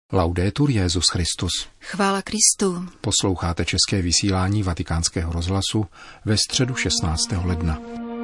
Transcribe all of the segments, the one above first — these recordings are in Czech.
Laudetur Jesus Christus. Chvála Kristu. Posloucháte české vysílání Vatikánského rozhlasu ve středu 16. ledna.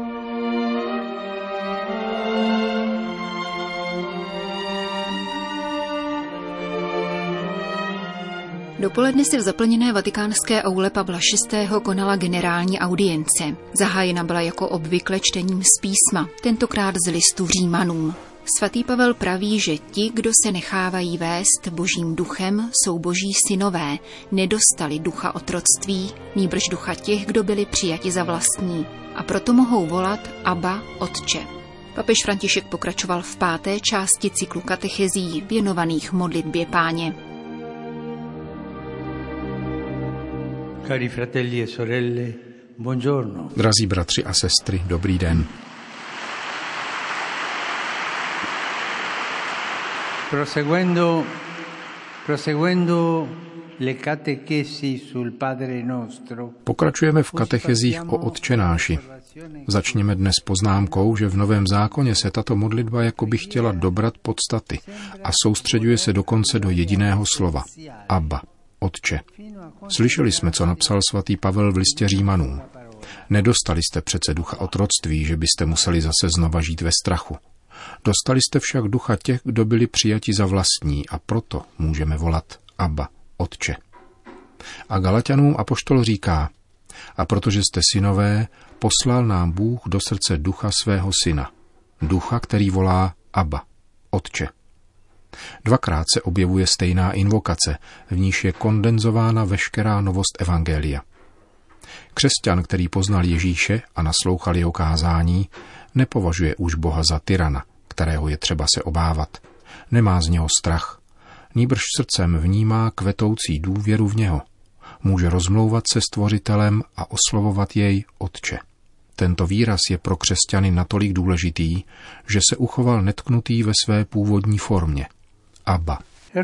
Dopoledne se v zaplněné vatikánské aule Pavla VI. Konala generální audience. Zahájena byla jako obvykle čtením z písma, tentokrát z listu Římanům. Svatý Pavel praví, že ti, kdo se nechávají vést Božím duchem, jsou Boží synové, nedostali ducha otroctví, nýbrž ducha těch, kdo byli přijati za vlastní, a proto mohou volat Abba, Otče. Papež František pokračoval v 5. části cyklu katechezí věnovaných modlitbě Páně. Cari fratelli e sorelle, buongiorno. Drazí bratři a sestry, dobrý den. Proseguendo le catechesi sul Padre Nostro. Pokračujeme v katechezích o Otčenáši. Začněme dnes poznámkou, že v Novém zákoně se tato modlitba jakoby chtěla dobrat podstaty a soustředuje se dokonce do jediného slova – Abba, Otče. Slyšeli jsme, co napsal svatý Pavel v listě Římanům. Nedostali jste přece ducha otroctví, že byste museli zase znova žít ve strachu. Dostali jste však ducha těch, kdo byli přijati za vlastní, a proto můžeme volat Abba, Otče. A Galaťanům apoštol říká: a protože jste synové, poslal nám Bůh do srdce ducha svého syna, ducha, který volá Abba, Otče. Dvakrát se objevuje stejná invokace, v níž je kondenzována veškerá novost evangelia. Křesťan, který poznal Ježíše a naslouchal jeho kázání, nepovažuje už Boha za tyrana, kterého je třeba se obávat. Nemá z něho strach. Nýbrž srdcem vnímá kvetoucí důvěru v něho. Může rozmlouvat se Stvořitelem a oslovovat jej Otče. Tento výraz je pro křesťany natolik důležitý, že se uchoval netknutý ve své původní formě. Abba.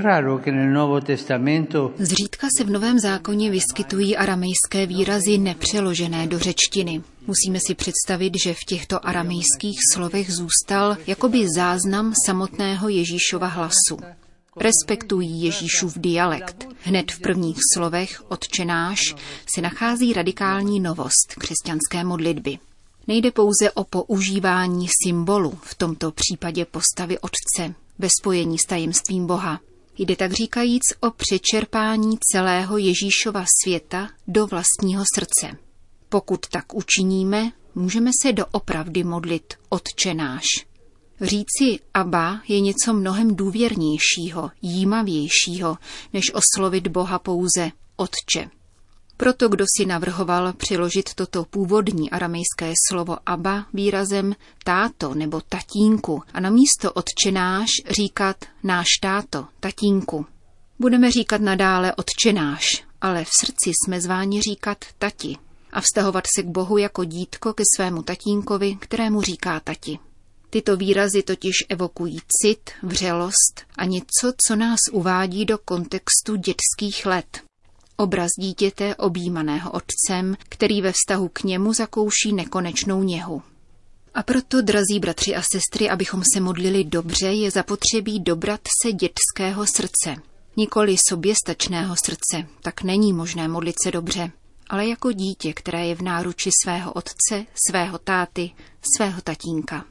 Zřídka se v Novém zákoně vyskytují aramejské výrazy nepřeložené do řečtiny. Musíme si představit, že v těchto aramejských slovech zůstal jakoby záznam samotného Ježíšova hlasu. Respektují Ježíšův dialekt. Hned v prvních slovech Otče náš se nachází radikální novost křesťanské modlitby. Nejde pouze o používání symbolu, v tomto případě postavy Otce, ve spojení s tajemstvím Boha. Jde tak říkajíc o přečerpání celého Ježíšova světa do vlastního srdce. Pokud tak učiníme, můžeme se doopravdy modlit Otče náš. Říci Abba je něco mnohem důvěrnějšího, jímavějšího, než oslovit Boha pouze Otče. Proto kdo si navrhoval přiložit toto původní aramejské slovo Abba výrazem táto nebo tatínku a namísto Otče náš říkat náš táto, tatínku. Budeme říkat nadále Otče náš, ale v srdci jsme zváni říkat tati a vztahovat se k Bohu jako dítko ke svému tatínkovi, kterému říká tati. Tyto výrazy totiž evokují cit, vřelost a něco, co nás uvádí do kontextu dětských let. Obraz dítěte objímaného otcem, který ve vztahu k němu zakouší nekonečnou něhu. A proto, drazí bratři a sestry, abychom se modlili dobře, je zapotřebí dobrat se dětského srdce. Nikoli soběstačného srdce, tak není možné modlit se dobře, ale jako dítě, které je v náruči svého otce, svého táty, svého tatínka.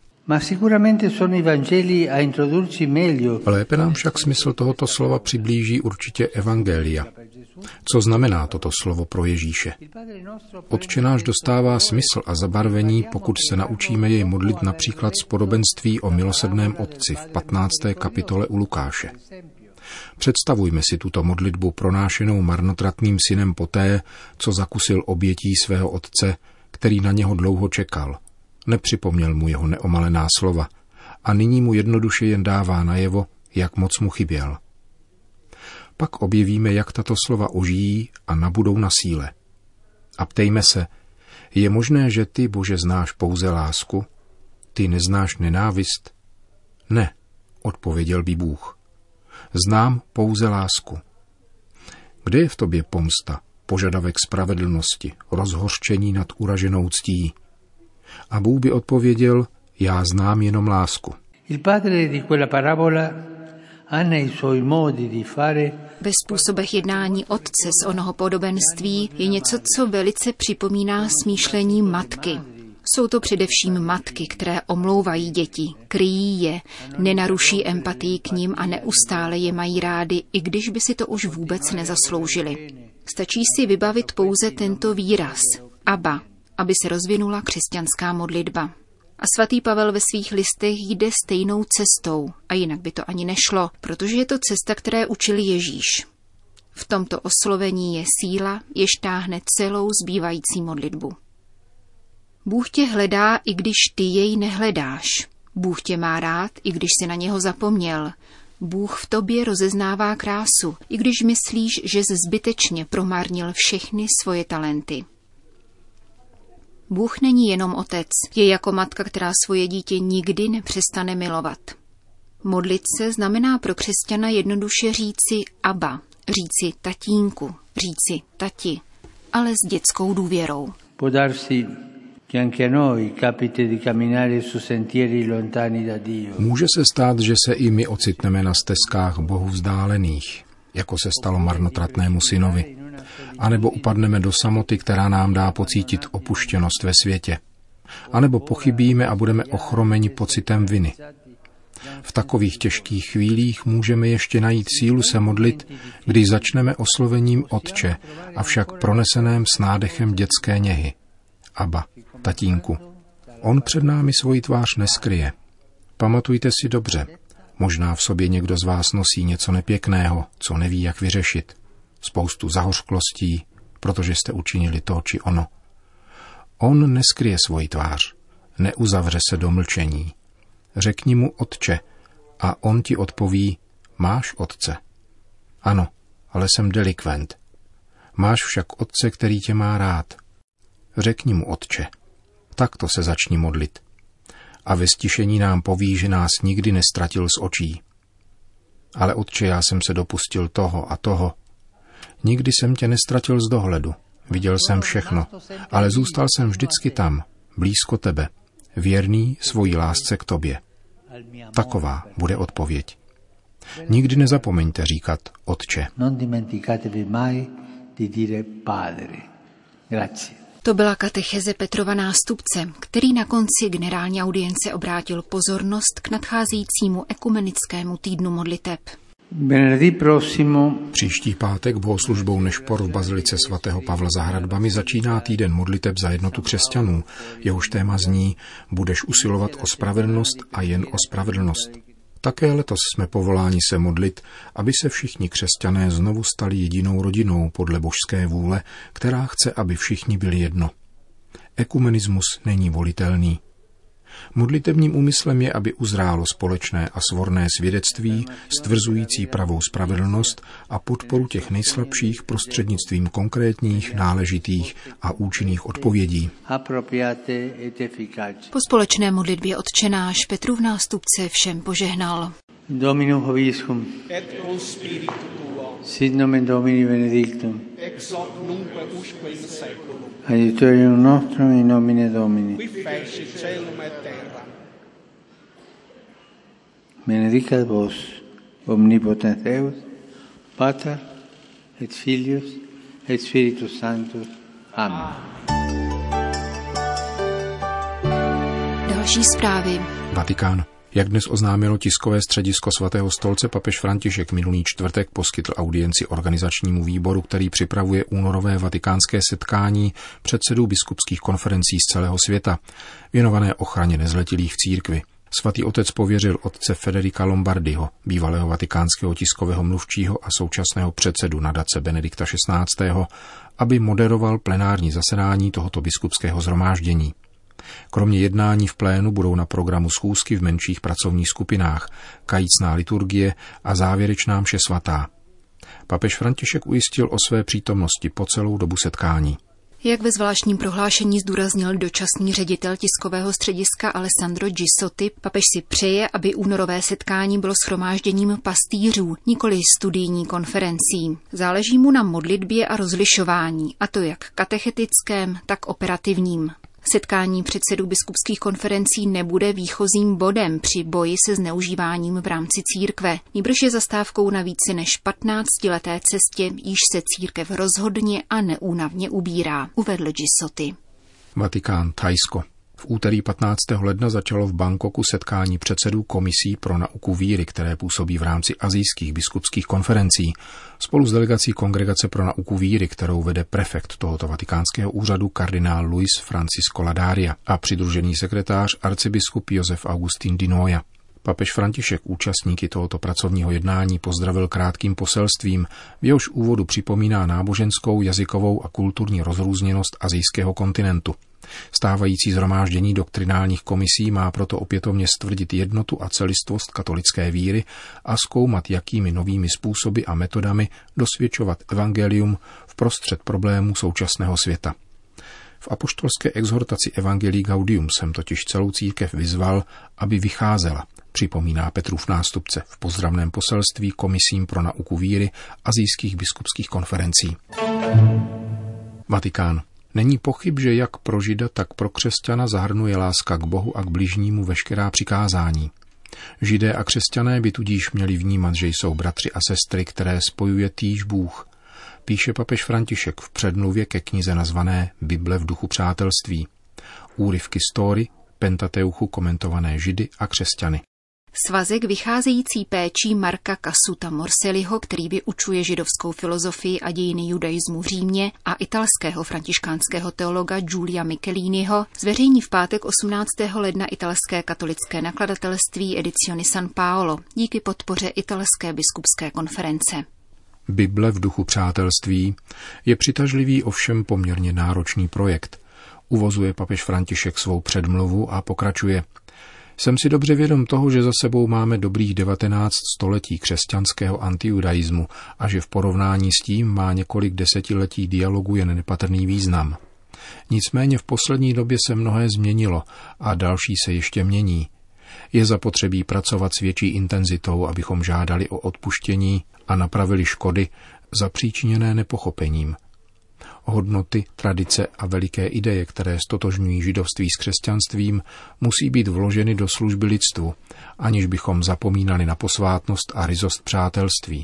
Lépe nám však smysl tohoto slova přiblíží určitě evangelia. Co znamená toto slovo pro Ježíše? Otče náš dostává smysl a zabarvení, pokud se naučíme jej modlit například z podobenství o milosrdném otci v 15. kapitole u Lukáše. Představujme si tuto modlitbu pronášenou marnotratným synem poté, co zakusil obětí svého otce, který na něho dlouho čekal. Nepřipomněl mu jeho neomalená slova a nyní mu jednoduše jen dává najevo, jak moc mu chyběl. Pak objevíme, jak tato slova ožijí a nabudou na síle. A ptejme se, je možné, že ty, Bože, znáš pouze lásku? Ty neznáš nenávist? Ne, odpověděl by Bůh. Znám pouze lásku. Kde je v tobě pomsta, požadavek spravedlnosti, rozhořčení nad uraženou ctí? A Bůh by odpověděl, já znám jenom lásku. Il padre di quella parabola Ve způsobech jednání otce z onoho podobenství je něco, co velice připomíná smýšlení matky. Jsou to především matky, které omlouvají děti, kryjí je, nenaruší empatii k nim a neustále je mají rády, i když by si to už vůbec nezasloužili. Stačí si vybavit pouze tento výraz, Abba, aby se rozvinula křesťanská modlitba. A svatý Pavel ve svých listech jde stejnou cestou, a jinak by to ani nešlo, protože je to cesta, které učil Ježíš. V tomto oslovení je síla, jež táhne celou zbývající modlitbu. Bůh tě hledá, i když ty jej nehledáš. Bůh tě má rád, i když jsi na něho zapomněl. Bůh v tobě rozeznává krásu, i když myslíš, že jsi zbytečně promarnil všechny svoje talenty. Bůh není jenom otec, je jako matka, která svoje dítě nikdy nepřestane milovat. Modlit se znamená pro křesťana jednoduše říci Abba, říci tatínku, říci tati, ale s dětskou důvěrou. Může se stát, že se i my ocitneme na stezkách Bohu vzdálených, jako se stalo marnotratnému synovi, anebo upadneme do samoty, která nám dá pocítit opuštěnost ve světě, anebo pochybíme a budeme ochromeni pocitem viny. V takových těžkých chvílích můžeme ještě najít sílu se modlit, když začneme oslovením Otče, avšak proneseném s nádechem dětské něhy. Abba, tatínku. On před námi svoji tvář neskryje. Pamatujte si dobře, možná v sobě někdo z vás nosí něco nepěkného, co neví, jak vyřešit. Spoustu zahořklostí, protože jste učinili to či ono. On neskryje svoji tvář, neuzavře se do mlčení. Řekni mu Otče a on ti odpoví, máš otce. Ano, ale jsem delikvent. Máš však otce, který tě má rád. Řekni mu Otče. Takto se začni modlit. A ve stišení nám poví, že nás nikdy nestratil z očí. Ale Otče, já jsem se dopustil toho a toho. Nikdy jsem tě nestratil z dohledu. Viděl jsem všechno, ale zůstal jsem vždycky tam, blízko tebe, věrný svojí lásce k tobě. Taková bude odpověď. Nikdy nezapomeňte říkat Otče. To byla katecheze Petrova nástupce, který na konci generální audience obrátil pozornost k nadcházejícímu ekumenickému týdnu modliteb. Příští pátek bohoslužbou Nešpor v bazilice svatého Pavla za hradbami začíná týden modliteb za jednotu křesťanů. Jehož téma zní Budeš usilovat o spravedlnost a jen o spravedlnost. Také letos jsme povoláni se modlit, aby se všichni křesťané znovu stali jedinou rodinou podle božské vůle, která chce, aby všichni byli jedno. Ekumenismus není volitelný. Modlitebním úmyslem je, aby uzrálo společné a svorné svědectví stvrzující pravou spravedlnost a podporu těch nejslabších prostřednictvím konkrétních, náležitých a účinných odpovědí. Po společné modlitbě Otčenáš Petrův nástupce všem požehnal. Dominum vobiscum. Et cum spiritu tuo. Sit nomen Domini benedictum. Ex hoc nunc usque in saeculum. Aiutorium nostrum in nomine Domini. Qui feci caelum et terra. Benedicat vos, omnipotens Deus, Pater et Filius et Spiritus Sanctus. Amen. Další zprávy. Vatikán. Jak dnes oznámilo tiskové středisko svatého stolce, papež František minulý čtvrtek poskytl audienci organizačnímu výboru, který připravuje únorové vatikánské setkání předsedů biskupských konferencí z celého světa, věnované ochraně nezletilých v církvi. Svatý otec pověřil otce Federica Lombardiho, bývalého vatikánského tiskového mluvčího a současného předsedu nadace Benedikta XVI., aby moderoval plenární zasedání tohoto biskupského shromáždění. Kromě jednání v plénu budou na programu schůzky v menších pracovních skupinách, kajícná liturgie a závěrečná mše svatá. Papež František ujistil o své přítomnosti po celou dobu setkání. Jak ve zvláštním prohlášení zdůraznil dočasný ředitel tiskového střediska Alessandro Gisotti, papež si přeje, aby únorové setkání bylo shromážděním pastýřů, nikoli studijní konferencí. Záleží mu na modlitbě a rozlišování, a to jak katechetickém, tak operativním. Setkání předsedů biskupských konferencí nebude výchozím bodem při boji se zneužíváním v rámci církve, nýbrž je zastávkou na více než 15leté cestě, již se církev rozhodně a neúnavně ubírá, uvedl Gisotti. Vatikán, Thajsko. V úterý 15. ledna začalo v Bangkoku setkání předsedů komisí pro nauku víry, které působí v rámci asijských biskupských konferencí, spolu s delegací Kongregace pro nauku víry, kterou vede prefekt tohoto vatikánského úřadu kardinál Luis Francisco Ladaria a přidružený sekretář arcibiskup Josef Augustín Di Noia. Papež František účastníky tohoto pracovního jednání pozdravil krátkým poselstvím, v jehož úvodu připomíná náboženskou, jazykovou a kulturní rozrůzněnost asijského kontinentu. Stávající shromáždění doktrinálních komisí má proto opětovně stvrdit jednotu a celistvost katolické víry a zkoumat, jakými novými způsoby a metodami dosvědčovat evangelium vprostřed problémů současného světa. V apoštolské exhortaci Evangelii Gaudium jsem totiž celou církev vyzval, aby vycházela, připomíná Petrův nástupce v pozdravném poselství komisím pro nauku víry asijských biskupských konferencí. Vatikán. Není pochyb, že jak pro Žida, tak pro křesťana zahrnuje láska k Bohu a k bližnímu veškerá přikázání. Židé a křesťané by tudíž měli vnímat, že jsou bratři a sestry, které spojuje týž Bůh. Píše papež František v předmluvě ke knize nazvané Bible v duchu přátelství. Úryvky z Tóry, Pentateuchu komentované Židy a křesťany. Svazek vycházející péčí Marka Casuta Morselliho, který vyučuje židovskou filozofii a dějiny judaismu v Římě, a italského františkánského teologa Giulia Micheliniho zveřejní v pátek 18. ledna italské katolické nakladatelství Edizioni San Paolo díky podpoře italské biskupské konference. Bible v duchu přátelství je přitažlivý, ovšem poměrně náročný projekt. Uvozuje papež František svou předmluvu a pokračuje. Jsem si dobře vědom toho, že za sebou máme dobrých 19 století křesťanského antijudaismu a že v porovnání s tím má několik desetiletí dialogu jen nepatrný význam. Nicméně v poslední době se mnohé změnilo a další se ještě mění. Je zapotřebí pracovat s větší intenzitou, abychom žádali o odpuštění a napravili škody zapříčiněné nepochopením. Hodnoty, tradice a veliké ideje, které stotožňují židovství s křesťanstvím, musí být vloženy do služby lidstvu, aniž bychom zapomínali na posvátnost a ryzost přátelství.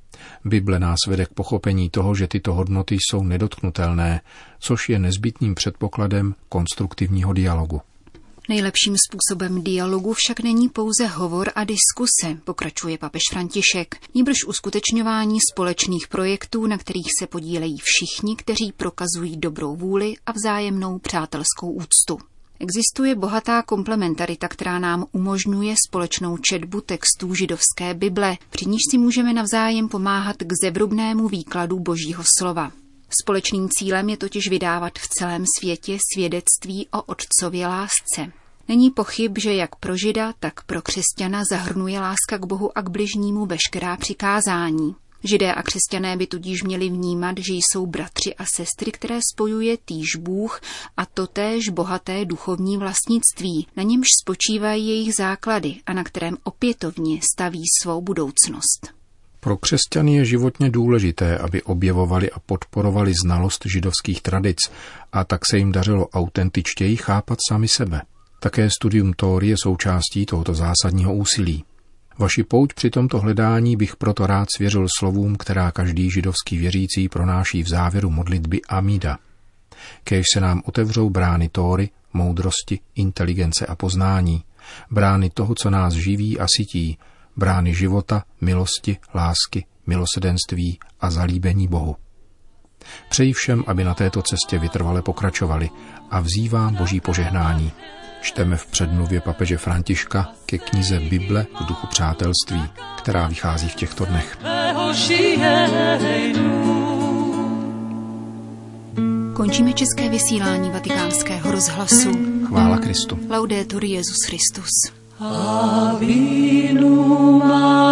Bible nás vede k pochopení toho, že tyto hodnoty jsou nedotknutelné, což je nezbytným předpokladem konstruktivního dialogu. Nejlepším způsobem dialogu však není pouze hovor a diskuse, pokračuje papež František, nýbrž uskutečňování společných projektů, na kterých se podílejí všichni, kteří prokazují dobrou vůli a vzájemnou přátelskou úctu. Existuje bohatá komplementarita, která nám umožňuje společnou četbu textů židovské Bible, při níž si můžeme navzájem pomáhat k zevrubnému výkladu Božího slova. Společným cílem je totiž vydávat v celém světě svědectví o otcově lásce. Není pochyb, že jak pro Žida, tak pro křesťana zahrnuje láska k Bohu a k bližnímu veškerá přikázání. Židé a křesťané by tudíž měli vnímat, že jsou bratři a sestry, které spojuje týž Bůh a totéž bohaté duchovní vlastnictví, na němž spočívají jejich základy a na kterém opětovně staví svou budoucnost. Pro křesťany je životně důležité, aby objevovali a podporovali znalost židovských tradic a tak se jim dařilo autentičtěji chápat sami sebe. Také studium Tóry je součástí tohoto zásadního úsilí. Vaši pouť při tomto hledání bych proto rád svěřil slovům, která každý židovský věřící pronáší v závěru modlitby Amida. Kéž se nám otevřou brány Tóry, moudrosti, inteligence a poznání, brány toho, co nás živí a sytí, brány života, milosti, lásky, milosedenství a zalíbení Bohu. Přeji všem, aby na této cestě vytrvale pokračovali a vzývám Boží požehnání. Čteme v předmluvě papeže Františka ke knize Bible v duchu přátelství, která vychází v těchto dnech. Končíme české vysílání Vatikánského rozhlasu. Chvála Kristu. Laudetur Jesus Christus. Ave Maria.